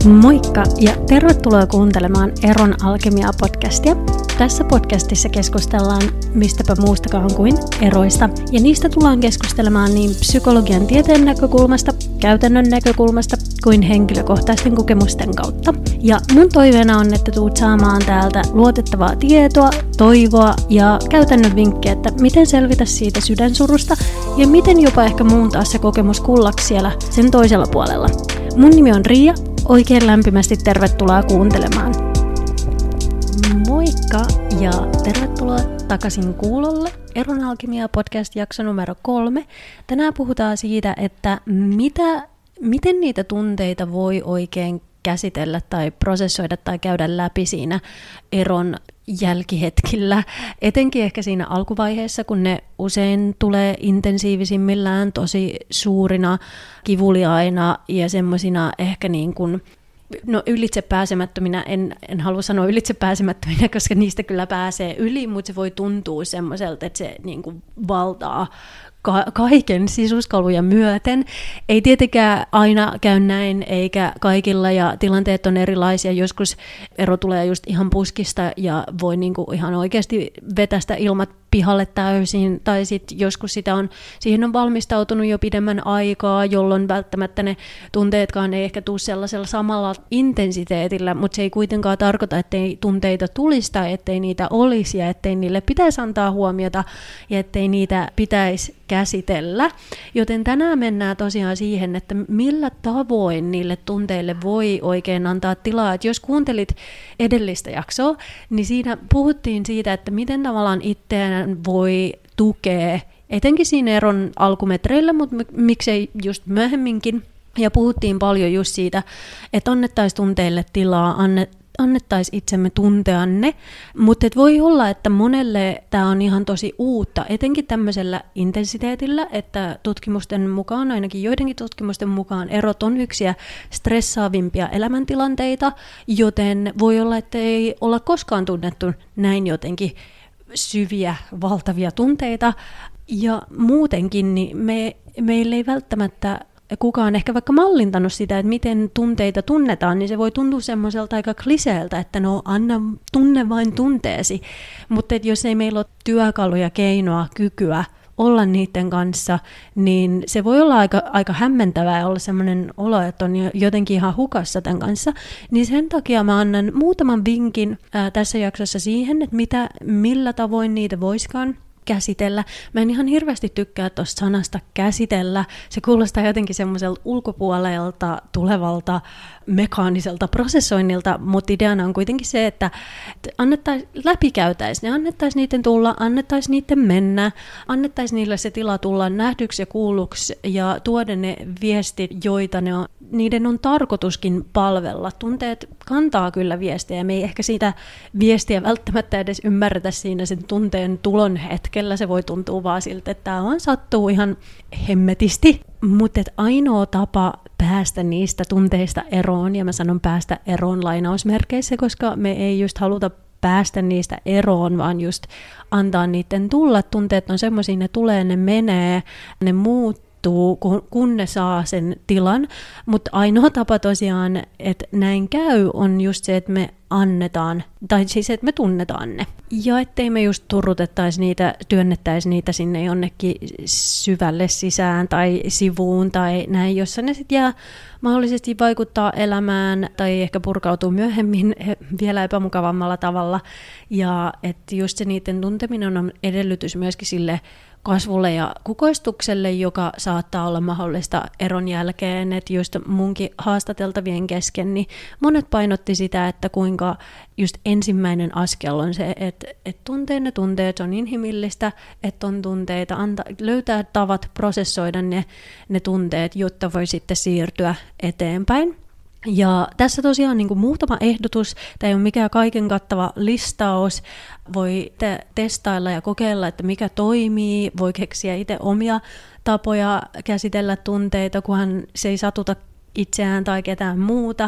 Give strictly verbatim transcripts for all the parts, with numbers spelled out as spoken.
Moikka ja tervetuloa kuuntelemaan Eron Alkemia-podcastia. Tässä podcastissa keskustellaan mistäpä muustakaan kuin eroista. Ja niistä tullaan keskustelemaan niin psykologian tieteen näkökulmasta, käytännön näkökulmasta kuin henkilökohtaisten kokemusten kautta. Ja mun toiveena on, että tuut saamaan täältä luotettavaa tietoa, toivoa ja käytännön vinkkejä, että miten selvitä siitä sydänsurusta ja miten jopa ehkä muuntaa se kokemus kullaksi siellä sen toisella puolella. Mun nimi on Riia. Oikein lämpimästi tervetuloa kuuntelemaan. Moikka ja tervetuloa takaisin kuulolle. Eron Alkemia podcast jakso numero kolme. Tänään puhutaan siitä, että mitä, miten niitä tunteita voi oikein käsitellä tai prosessoida tai käydä läpi siinä eron jälkihetkillä. Etenkin ehkä siinä alkuvaiheessa, kun ne usein tulee intensiivisimmillään, tosi suurina, kivuliaina ja semmoisina ehkä niin kuin, no ylitsepääsemättöminä, en, en halua sanoa ylitsepääsemättöminä, koska niistä kyllä pääsee yli, mutta se voi tuntua semmoiselta, että se niin kuin valtaa ka- kaiken sisuskaluja myöten. Ei tietenkään aina käy näin, eikä kaikilla, ja tilanteet on erilaisia. Joskus ero tulee just ihan puskista ja voi niin kuin ihan oikeasti vetästä ilmat pihalle täysin, tai sitten joskus sitä on, siihen on valmistautunut jo pidemmän aikaa, jolloin välttämättä ne tunteetkaan ei ehkä tule sellaisella samalla intensiteetillä, mutta se ei kuitenkaan tarkoita, ettei tunteita tulisi tai ettei niitä olisi ja ettei niille pitäisi antaa huomiota ja ettei niitä pitäisi käsitellä. Joten tänään mennään tosiaan siihen, että millä tavoin niille tunteille voi oikein antaa tilaa. Et jos kuuntelit edellistä jaksoa, niin siinä puhuttiin siitä, että miten tavallaan itseään voi tukea, etenkin siinä eron alkumetreillä, mutta miksei just myöhemminkin. Ja puhuttiin paljon just siitä, että annettaisiin tunteille tilaa, anne, annettaisiin itsemme tuntea ne, mutta voi olla, että monelle tämä on ihan tosi uutta, etenkin tämmöisellä intensiteetillä, että tutkimusten mukaan, ainakin joidenkin tutkimusten mukaan, erot on yksiä stressaavimpia elämäntilanteita, joten voi olla, että ei olla koskaan tunnettu näin jotenkin syviä, valtavia tunteita, ja muutenkin niin me, meillä ei välttämättä kukaan ehkä vaikka mallintanut sitä, että miten tunteita tunnetaan, niin se voi tuntua semmoiselta aika kliseeltä, että no anna tunne vain tunteesi, mutta jos ei meillä ole työkaluja, keinoa, kykyä olla niiden kanssa, niin se voi olla aika, aika hämmentävää ja olla semmoinen olo, että on jotenkin ihan hukassa tämän kanssa. Niin sen takia mä annan muutaman vinkin ää, tässä jaksossa siihen, että mitä, millä tavoin niitä voisikaan käsitellä. Mä en ihan hirveästi tykkää tuosta sanasta käsitellä. Se kuulostaa jotenkin semmoiselta ulkopuolelta tulevalta mekaaniselta prosessoinnilta, mutta ideana on kuitenkin se, että annettaisiin, läpikäytäisiin ne, annettaisiin niiden tulla, annettaisiin niiden mennä, annettaisiin niille se tila tulla nähdyksi ja kuulluksi ja tuoda ne viestit, joita ne on, niiden on tarkoituskin palvella. Tunteet kantaa kyllä viestiä ja me ei ehkä siitä viestiä välttämättä edes ymmärretä siinä sen tunteen tulon hetkellä. Se voi tuntua vaan siltä, että tämä vaan sattuu ihan hemmetisti, mutta ainoa tapa päästä niistä tunteista eroon, ja mä sanon päästä eroon lainausmerkeissä, koska me ei just haluta päästä niistä eroon, vaan just antaa niiden tulla. Tunteet on semmoisia, ne tulee, ne menee, ne muuttuu, kun, kun ne saa sen tilan, mutta ainoa tapa tosiaan, että näin käy, on just se, että me annetaan, tai siis että me tunnetaan ne. Ja ettei me just turrutettaisi niitä, työnnettäisi niitä sinne jonnekin syvälle sisään tai sivuun tai näin, jossa ne sitten jää mahdollisesti vaikuttaa elämään tai ehkä purkautuu myöhemmin vielä epämukavammalla tavalla. Ja että just se niiden tunteminen on edellytys myöskin sille kasvulle ja kukoistukselle, joka saattaa olla mahdollista eron jälkeen. Että just munkin haastateltavien kesken, niin monet painotti sitä, että kuinka just ensimmäinen askel on se, että, että tuntee ne tunteet, on inhimillistä, että on tunteita, anta, löytää tavat prosessoida ne, ne tunteet, jotta voi sitten siirtyä eteenpäin. Ja tässä tosiaan niin kuin muutama ehdotus, tämä ei ole mikään kaiken kattava listaus, voi te testailla ja kokeilla, että mikä toimii, voi keksiä itse omia tapoja käsitellä tunteita, kunhan se ei satuta itseään tai ketään muuta,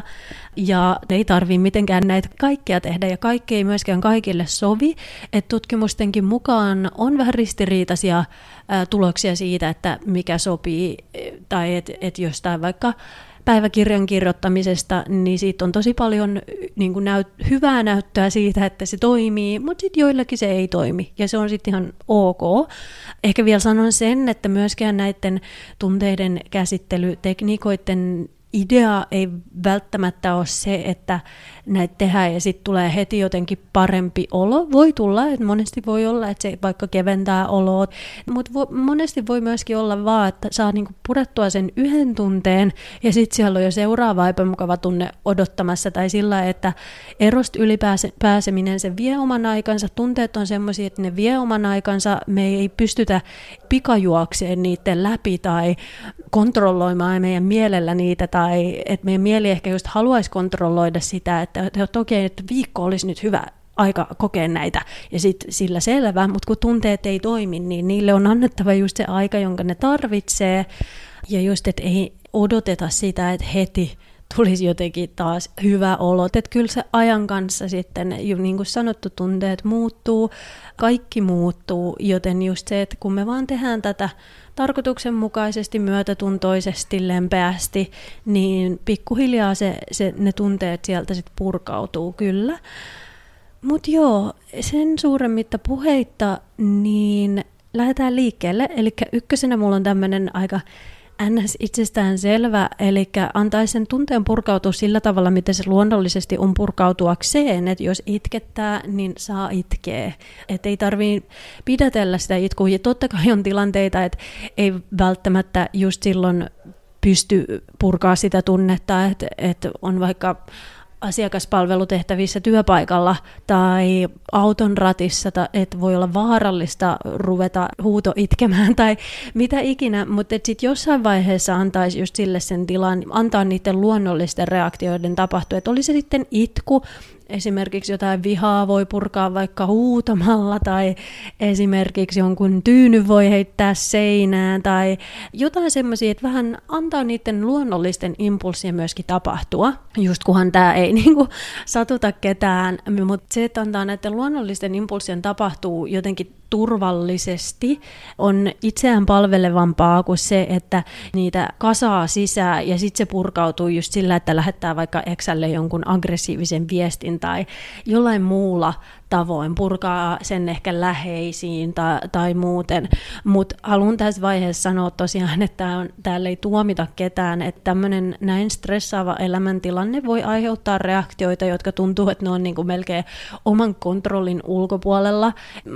ja ei tarvitse mitenkään näitä kaikkea tehdä, ja kaikki ei myöskään kaikille sovi, että tutkimustenkin mukaan on vähän ristiriitaisia ää, tuloksia siitä, että mikä sopii, tai että et jostain vaikka päiväkirjan kirjoittamisesta, niin siitä on tosi paljon niin kuin näyt- hyvää näyttöä siitä, että se toimii, mutta sitten joillakin se ei toimi, ja se on sitten ihan ok. Ehkä vielä sanon sen, että myöskään näiden tunteiden käsittelytekniikoiden idea ei välttämättä ole se, että näitä tehdään ja sitten tulee heti jotenkin parempi olo. Voi tulla, että monesti voi olla, että se vaikka keventää oloa, mutta vo- monesti voi myöskin olla vaan, että saa niinku purettua sen yhden tunteen ja sitten siellä on jo seuraava epämukava tunne odottamassa tai sillä, että erosta ylipääseminen se vie oman aikansa. Tunteet on semmoisia, että ne vie oman aikansa. Me ei pystytä pikajuokseen niiden läpi tai kontrolloimaan meidän mielellä niitä tai että meidän mieli ehkä just haluaisi kontrolloida sitä, että, että okei, että viikko olisi nyt hyvä aika kokea näitä ja sitten sillä selvä, mutta kun tunteet ei toimi, niin niille on annettava just se aika, jonka ne tarvitsee ja just, että ei odoteta sitä, että heti tulisi jotenkin taas hyvä olo. Että kyllä se ajan kanssa sitten, niin kuin sanottu, tunteet muuttuu, kaikki muuttuu, joten just se, että kun me vaan tehdään tätä tarkoituksenmukaisesti, myötätuntoisesti, lempeästi, niin pikkuhiljaa se, se, ne tunteet sieltä sitten purkautuu kyllä. Mutta joo, sen suuremmitta puheitta, niin lähdetään liikkeelle. Eli ykkösenä mulla on tämmöinen aika ns. Itsestään selvä, eli antaisi sen tunteen purkautua sillä tavalla, miten se luonnollisesti on purkautuakseen, että jos itkettää, niin saa itkeä. Että ei tarvitse pidätellä sitä itkua, ja totta kai on tilanteita, että ei välttämättä just silloin pysty purkaa sitä tunnetta, että, että on vaikka asiakaspalvelutehtävissä työpaikalla tai auton ratissa, että voi olla vaarallista ruveta huuto itkemään tai mitä ikinä, mutta sitten jossain vaiheessa antaisi just sille sen tilan, antaa niiden luonnollisten reaktioiden tapahtua, että oli se sitten itku, esimerkiksi jotain vihaa voi purkaa vaikka huutamalla tai esimerkiksi jonkun tyynyn voi heittää seinään tai jotain semmoisia, että vähän antaa niiden luonnollisten impulssien myöskin tapahtua, just kunhan tämä ei niinku satuta ketään, mutta se, että antaa näiden luonnollisten impulssien tapahtuu jotenkin turvallisesti, on itseään palvelevampaa kuin se, että niitä kasaa sisään ja sitten se purkautuu just sillä, että lähettää vaikka Exälle jonkun aggressiivisen viestin tai jollain muulla tavoin, purkaa sen ehkä läheisiin tai, tai muuten. Mutta haluan tässä vaiheessa sanoa tosiaan, että on, täällä ei tuomita ketään, että tämmöinen näin stressaava elämäntilanne voi aiheuttaa reaktioita, jotka tuntuu, että ne on niinku melkein oman kontrollin ulkopuolella.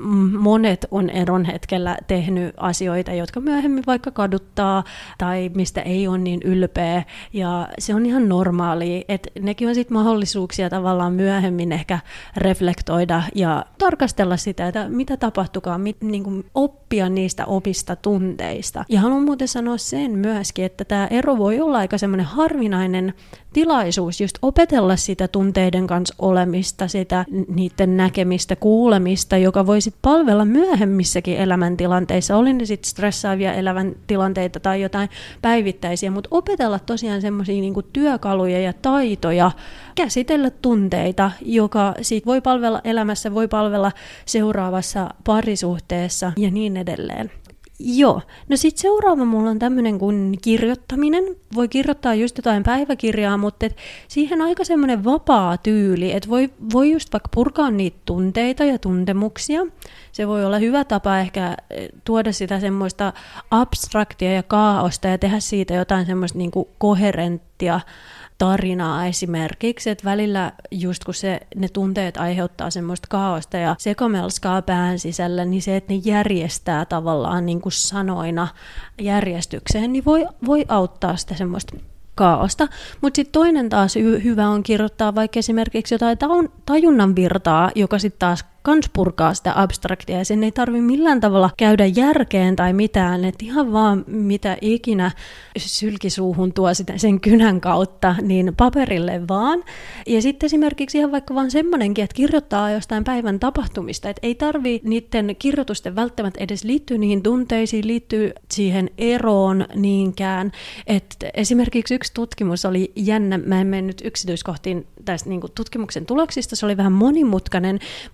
Monet on eron hetkellä tehnyt asioita, jotka myöhemmin vaikka kaduttaa tai mistä ei ole niin ylpeä, ja se on ihan normaalia, että nekin on sitten mahdollisuuksia tavallaan myöhemmin ehkä reflektoida ja tarkastella sitä, että mitä tapahtukaan, mit, niin kuin oppia niistä opista tunteista. Ja haluan muuten sanoa sen myöskin, että tämä ero voi olla aika semmoinen harvinainen tilaisuus just opetella sitä tunteiden kanssa olemista, sitä niiden näkemistä, kuulemista, joka voi sitten palvella myöhemmissäkin elämäntilanteissa, oli ne sitten stressaavia elämäntilanteita tai jotain päivittäisiä, mutta opetella tosiaan semmoisia niinku työkaluja ja taitoja käsitellä tunteita, joka siitä voi palvella elämässä, voi palvella seuraavassa parisuhteessa ja niin edelleen. Joo, no sitten seuraava mulla on tämmöinen kuin kirjoittaminen. Voi kirjoittaa just jotain päiväkirjaa, mutta et siihen aika semmoinen vapaa tyyli, että voi, voi just vaikka purkaa niitä tunteita ja tuntemuksia. Se voi olla hyvä tapa ehkä tuoda sitä semmoista abstraktia ja kaaosta ja tehdä siitä jotain semmoista niinku koherenttia tarinaa esimerkiksi, että välillä just kun se, ne tunteet aiheuttaa semmoista kaaosta ja sekamelskaa pään sisällä, niin se, että ne järjestää tavallaan niin kuin sanoina järjestykseen, niin voi, voi auttaa sitä semmoista kaaosta. Mutta sitten toinen taas hy- hyvä on kirjoittaa vaikka esimerkiksi jotain ta- tajunnan virtaa, joka sitten taas kans purkaa sitä abstraktia, ja sen ei tarvitse millään tavalla käydä järkeen tai mitään, että ihan vaan mitä ikinä sylkisuuhun tuo sitä, sen kynän kautta, niin paperille vaan. Ja sitten esimerkiksi ihan vaikka vaan semmoinenkin, että kirjoittaa jostain päivän tapahtumista, että ei tarvitse niiden kirjoitusten välttämättä edes liittyä niihin tunteisiin, liittyy siihen eroon niinkään. Että esimerkiksi yksi tutkimus oli jännä, mä en mennyt yksityiskohtiin tästä niin kuin tutkimuksen tuloksista, se oli vähän monimutkainen, mutta että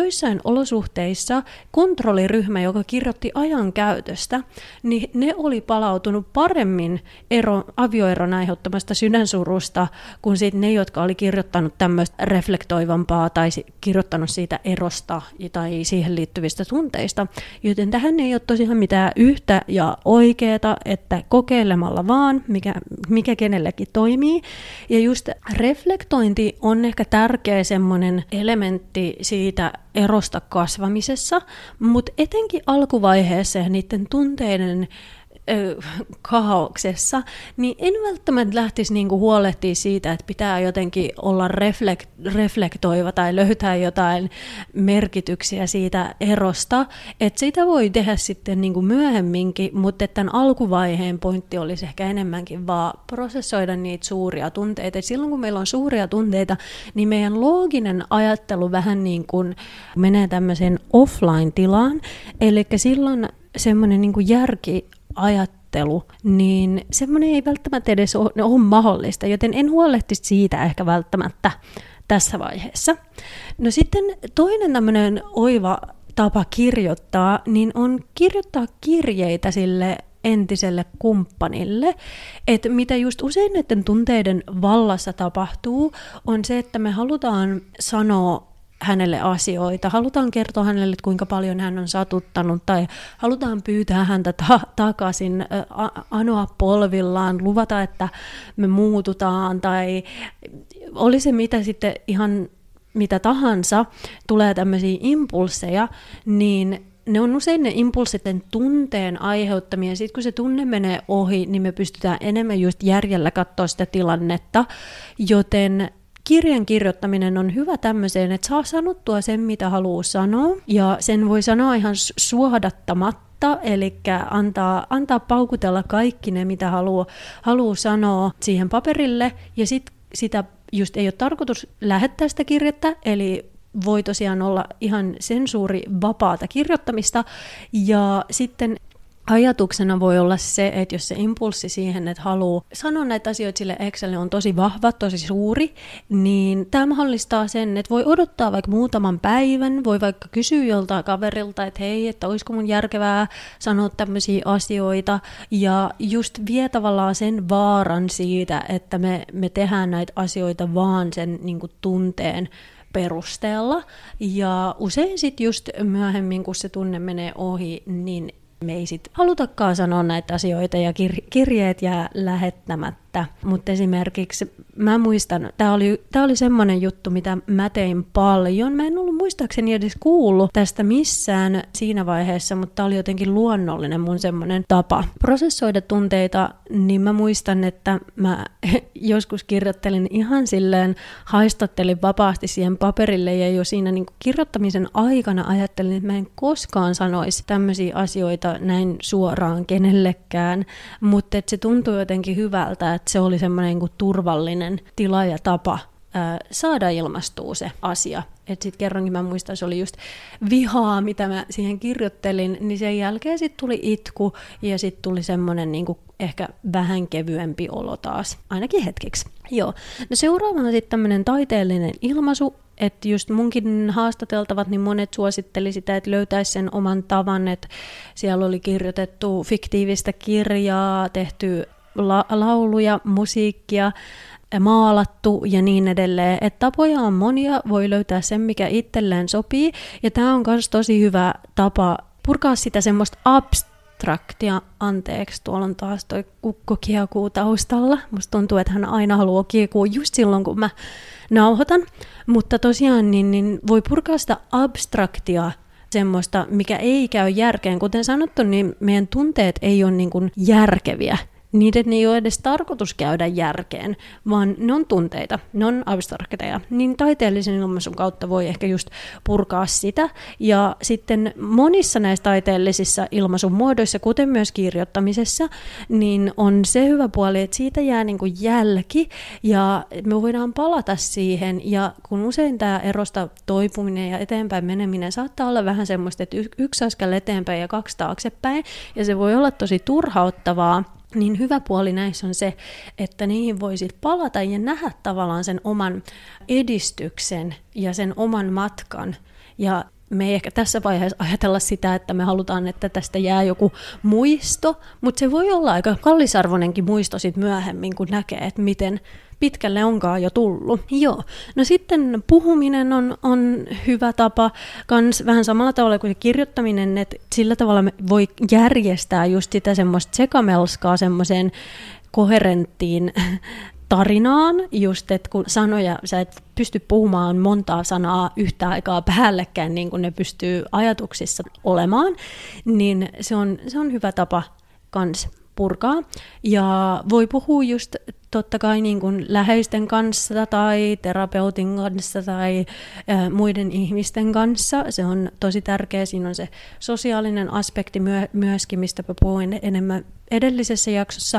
joissain olosuhteissa kontrolliryhmä, joka kirjoitti ajankäytöstä, niin ne oli palautunut paremmin ero, avioeron aiheuttamasta sydänsurusta kuin siitä ne, jotka oli kirjoittanut tämmöistä reflektoivampaa tai kirjoittanut siitä erosta tai siihen liittyvistä tunteista. Joten tähän ei ole tosiaan mitään yhtä ja oikeeta, että kokeilemalla vaan, mikä, mikä kenellekin toimii. Ja just reflektointi on ehkä tärkeä semmoinen elementti siitä erosta kasvamisessa, mutta etenkin alkuvaiheessa ja niiden tunteiden ö, kaauksessa, niin en välttämättä lähtisi niinku huolehtia siitä, että pitää jotenkin olla reflekt- reflektoiva tai löytää jotain merkityksiä siitä erosta, että sitä voi tehdä sitten niinku myöhemminkin, mutta tämän alkuvaiheen pointti olisi ehkä enemmänkin vaan prosessoida niitä suuria tunteita. Et silloin kun meillä on suuria tunteita, niin meidän looginen ajattelu vähän niin kuin menee tämmöiseen offline-tilaan, eli silloin semmoinen niinku järki ajattelu, niin semmoinen ei välttämättä edes ole, ole mahdollista, joten en huolehtisi siitä ehkä välttämättä tässä vaiheessa. No sitten toinen tämmöinen oiva tapa kirjoittaa, niin on kirjoittaa kirjeitä sille entiselle kumppanille, että mitä just usein näiden tunteiden vallassa tapahtuu, on se, että me halutaan sanoa hänelle asioita, halutaan kertoa hänelle, kuinka paljon hän on satuttanut, tai halutaan pyytää häntä ta- takaisin, a- anoa polvillaan, luvata, että me muututaan, tai oli se mitä sitten ihan mitä tahansa, tulee tämmöisiä impulseja, niin ne on usein ne impulssit tunteen aiheuttamia. Sitten kun se tunne menee ohi, niin me pystytään enemmän just järjellä katsoa sitä tilannetta, joten kirjan kirjoittaminen on hyvä tämmöiseen, että saa sanottua sen, mitä haluaa sanoa, ja sen voi sanoa ihan suodattamatta, eli antaa, antaa paukutella kaikki ne, mitä haluaa, haluaa sanoa siihen paperille, ja sitten sitä just ei ole tarkoitus lähettää sitä kirjettä, eli voi tosiaan olla ihan sensuuri vapaata kirjoittamista, ja sitten ajatuksena voi olla se, että jos se impulssi siihen, että haluaa sanoa näitä asioita sille Excelille on tosi vahva, tosi suuri, niin tämä mahdollistaa sen, että voi odottaa vaikka muutaman päivän, voi vaikka kysyä joltain kaverilta, että hei, että olisiko mun järkevää sanoa tämmöisiä asioita, ja just vie tavallaan sen vaaran siitä, että me, me tehdään näitä asioita vaan sen niin kuin tunteen perusteella, ja usein sitten just myöhemmin, kun se tunne menee ohi, niin me ei sitten halutakaan sanoa näitä asioita ja kir- kirjeet jää lähettämättä. Mutta esimerkiksi mä muistan, tää oli, tää oli semmoinen juttu, mitä mä tein paljon. Mä en ollut muistaakseni edes kuullut tästä missään siinä vaiheessa, mutta tää oli jotenkin luonnollinen mun semmoinen tapa prosessoida tunteita. Niin mä muistan, että mä joskus kirjoittelin ihan silleen, haistattelin vapaasti siihen paperille ja jo siinä niin kuin kirjoittamisen aikana ajattelin, että mä en koskaan sanoisi tämmöisiä asioita näin suoraan kenellekään, mutta se tuntui jotenkin hyvältä, että se oli semmoinen niin kuin turvallinen tila ja tapa ää, saada ilmastua se asia. Että sitten kerrankin mä muistan, se oli just vihaa, mitä mä siihen kirjoittelin, niin sen jälkeen sitten tuli itku ja sitten tuli semmoinen niin kuin ehkä vähän kevyempi olo taas, ainakin hetkeksi. Joo. No seuraavana sitten tämmöinen taiteellinen ilmaisu, että just munkin haastateltavat, niin monet suositteli sitä, että löytäisi sen oman tavan, että siellä oli kirjoitettu fiktiivistä kirjaa, tehty la- lauluja, musiikkia, maalattu ja niin edelleen. Että tapoja on monia, voi löytää sen, mikä itselleen sopii, ja tämä on myös tosi hyvä tapa purkaa sitä semmoista abstraktia. Anteeksi, tuolla on taas toi kukko kiekuu taustalla. Musta tuntuu, että hän aina haluaa kiekua just silloin, kun mä nauhoitan. Mutta tosiaan niin, niin voi purkaa sitä abstraktia, semmoista, mikä ei käy järkeen. Kuten sanottu, niin meidän tunteet ei ole niin kuin järkeviä. Niiden ei ole edes tarkoitus käydä järkeen, vaan ne on tunteita, ne on abstrakteja. Niin taiteellisen ilmaisun kautta voi ehkä just purkaa sitä. Ja sitten monissa näissä taiteellisissa ilmaisun muodoissa, kuten myös kirjoittamisessa, niin on se hyvä puoli, että siitä jää niin kuin jälki ja me voidaan palata siihen. Ja kun usein tämä erosta toipuminen ja eteenpäin meneminen saattaa olla vähän semmoista, että yksi askel eteenpäin ja kaksi taaksepäin, ja se voi olla tosi turhauttavaa. Niin hyvä puoli näissä on se, että niihin voi sit palata ja nähdä tavallaan sen oman edistyksen ja sen oman matkan. Ja me ei ehkä tässä vaiheessa ajatella sitä, että me halutaan, että tästä jää joku muisto, mutta se voi olla aika kallisarvoinenkin muisto sit myöhemmin, kun näkee, että miten pitkälle onkaan jo tullut. Joo. No sitten puhuminen on, on hyvä tapa, kans vähän samalla tavalla kuin kirjoittaminen, että sillä tavalla me voi järjestää just sitä semmoista sekamelskaa semmoiseen koherenttiin tarinaan, just että kun sanoja, sä et pysty puhumaan montaa sanaa yhtä aikaa päällekkäin, niin kuin ne pystyy ajatuksissa olemaan, niin se on, se on hyvä tapa kans purkaa. Ja voi puhua just totta kai niin kuin läheisten kanssa tai terapeutin kanssa tai ä, muiden ihmisten kanssa. Se on tosi tärkeä. Siinä on se sosiaalinen aspekti myö- myöskin, mistä puhuin enemmän edellisessä jaksossa,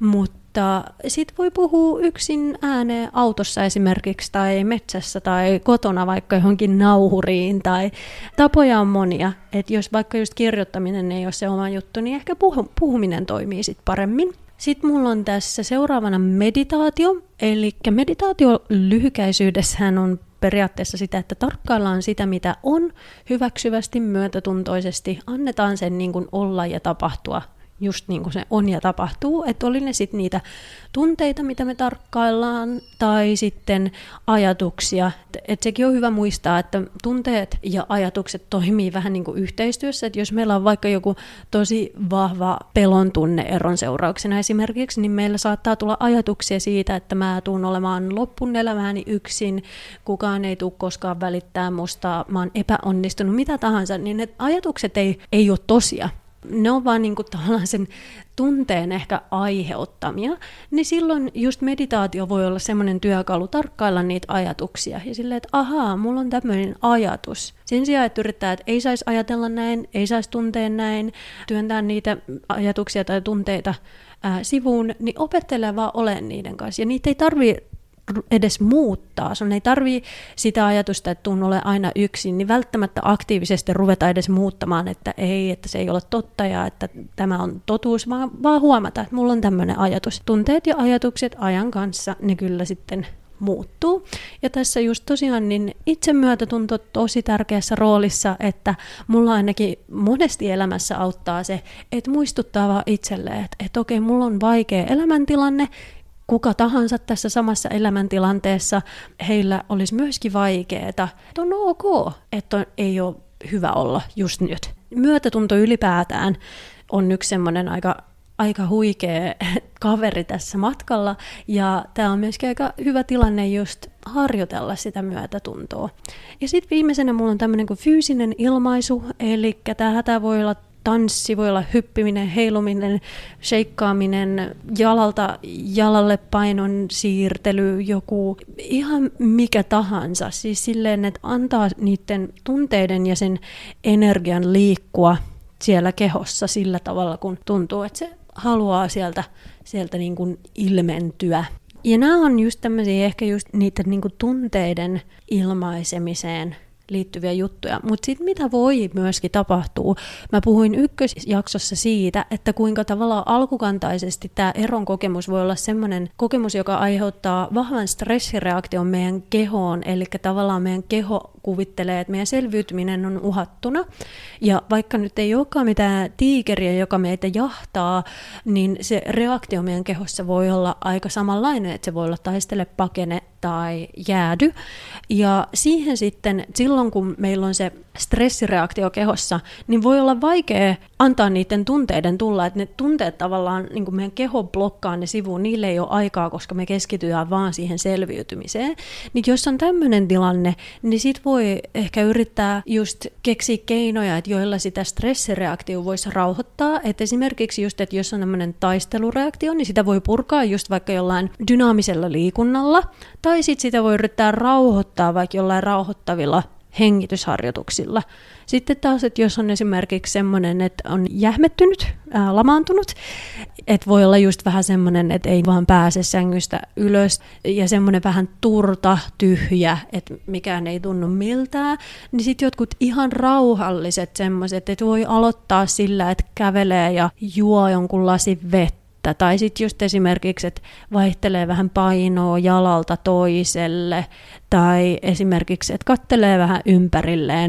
mutta sitten voi puhua yksin ääneen autossa esimerkiksi tai metsässä tai kotona vaikka johonkin nauhuriin tai tapoja on monia. Et jos vaikka just kirjoittaminen ei ole se oma juttu, niin ehkä puh- puhuminen toimii sitten paremmin. Sitten mulla on tässä seuraavana meditaatio, eli meditaatio lyhykäisyydessään on periaatteessa sitä, että tarkkaillaan sitä, mitä on, hyväksyvästi, myötätuntoisesti, annetaan sen niin kuin olla ja tapahtua just niin kuin se on ja tapahtuu, että oli ne sitten niitä tunteita, mitä me tarkkaillaan, tai sitten ajatuksia. Että sekin on hyvä muistaa, että tunteet ja ajatukset toimii vähän niin kuin yhteistyössä, että jos meillä on vaikka joku tosi vahva pelon tunne eron seurauksena esimerkiksi, niin meillä saattaa tulla ajatuksia siitä, että mä tuun olemaan loppuun elämääni yksin, kukaan ei tule koskaan välittää musta, mä oon epäonnistunut, mitä tahansa, niin ne ajatukset ei, ei ole tosia. Ne on vaan niinku tavallaan sen tunteen ehkä aiheuttamia, niin silloin just meditaatio voi olla semmoinen työkalu tarkkailla niitä ajatuksia ja silleen, että ahaa, mulla on tämmöinen ajatus. Sen sijaan, että yrittää, että ei saisi ajatella näin, ei saisi tuntea näin, työntää niitä ajatuksia tai tunteita ää, sivuun, niin opettelee vaan olemaan niiden kanssa. Ja niitä ei tarvitse edes muuttaa. Sun ei tarvii sitä ajatusta, että tuun ole aina yksin, niin välttämättä aktiivisesti ruveta edes muuttamaan, että ei, että se ei ole totta ja että tämä on totuus, vaan, vaan huomata, että mulla on tämmöinen ajatus. Tunteet ja ajatukset ajan kanssa, ne kyllä sitten muuttuu. Ja tässä just tosiaan niin itsemyötätunto on tosi tärkeässä roolissa, että mulla ainakin monesti elämässä auttaa se, että muistuttaa vaan itselleen, että, että okei, mulla on vaikea elämäntilanne, kuka tahansa tässä samassa elämäntilanteessa, heillä olisi myöskin vaikeaa, että on ok, että ei ole hyvä olla just nyt. Myötätunto ylipäätään on yksi semmoinen aika, aika huikea kaveri tässä matkalla, ja tämä on myöskin aika hyvä tilanne just harjoitella sitä myötätuntoa. Ja sitten viimeisenä mulla on tämmöinen kuin fyysinen ilmaisu, eli tämä voi olla tanssi, voi olla hyppiminen, heiluminen, sheikkaaminen, jalalta jalalle painon siirtely, joku ihan mikä tahansa. Siis silleen, että antaa niiden tunteiden ja sen energian liikkua siellä kehossa sillä tavalla, kun tuntuu, että se haluaa sieltä, sieltä niin kuin ilmentyä. Ja nämä on just tämmöisiä ehkä just niiden niin kuin tunteiden ilmaisemiseen liittyviä juttuja, mutta sitten mitä voi myöskin tapahtua, mä puhuin ykkösjaksossa siitä, että kuinka tavallaan alkukantaisesti tämä eron kokemus voi olla semmoinen kokemus, joka aiheuttaa vahvan stressireaktion meidän kehoon, eli tavallaan meidän keho kuvittelee, että meidän selviytyminen on uhattuna, ja vaikka nyt ei olekaan mitään tiikeriä, joka meitä jahtaa, niin se reaktio meidän kehossa voi olla aika samanlainen, että se voi olla taistele, pakene tai jäädy, ja siihen sitten silloin, kun meillä on se stressireaktio kehossa, niin voi olla vaikea antaa niiden tunteiden tulla, että ne tunteet tavallaan, niin kuin meidän keho blokkaa ne sivuun, niille ei ole aikaa, koska me keskitytään vaan siihen selviytymiseen. Niin jos on tämmöinen tilanne, niin sit voi ehkä yrittää just keksiä keinoja, että joilla sitä stressireaktio voisi rauhoittaa. Että esimerkiksi just, että jos on tämmöinen taistelureaktio, niin sitä voi purkaa just vaikka jollain dynaamisella liikunnalla, tai sitten sitä voi yrittää rauhoittaa vaikka jollain rauhoittavilla hengitysharjoituksilla. Sitten taas, että jos on esimerkiksi semmoinen, että on jähmettynyt, ää, lamaantunut, että voi olla just vähän semmoinen, että ei vaan pääse sängystä ylös, ja semmoinen vähän turta, tyhjä, että mikään ei tunnu miltään, niin sitten jotkut ihan rauhalliset semmoiset, että voi aloittaa sillä, että kävelee ja juo jonkun lasin vettä, tai sitten just esimerkiksi, että vaihtelee vähän painoa jalalta toiselle, tai esimerkiksi, että kattelee vähän ympärilleen,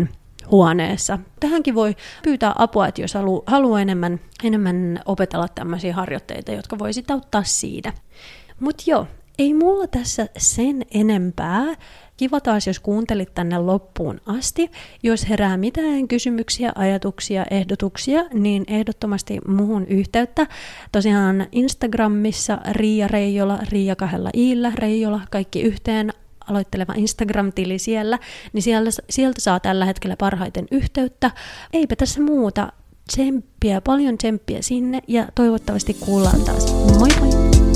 huoneessa. Tähänkin voi pyytää apua, että jos halu, haluaa enemmän, enemmän opetella tämmöisiä harjoitteita, jotka voi sitten auttaa siitä. Mutta joo, ei mulla tässä sen enempää. Kiva taas, jos kuuntelit tänne loppuun asti. Jos herää mitään kysymyksiä, ajatuksia, ehdotuksia, niin ehdottomasti muhun yhteyttä. Tosiaan Instagramissa Riia Reijola, Riia kahdella iillä, Reijola, kaikki yhteen, aloitteleva Instagram-tili siellä, niin sieltä, sieltä saa tällä hetkellä parhaiten yhteyttä. Eipä tässä muuta. Tsemppiä, paljon tsemppiä sinne ja toivottavasti kuullaan taas. Moi moi!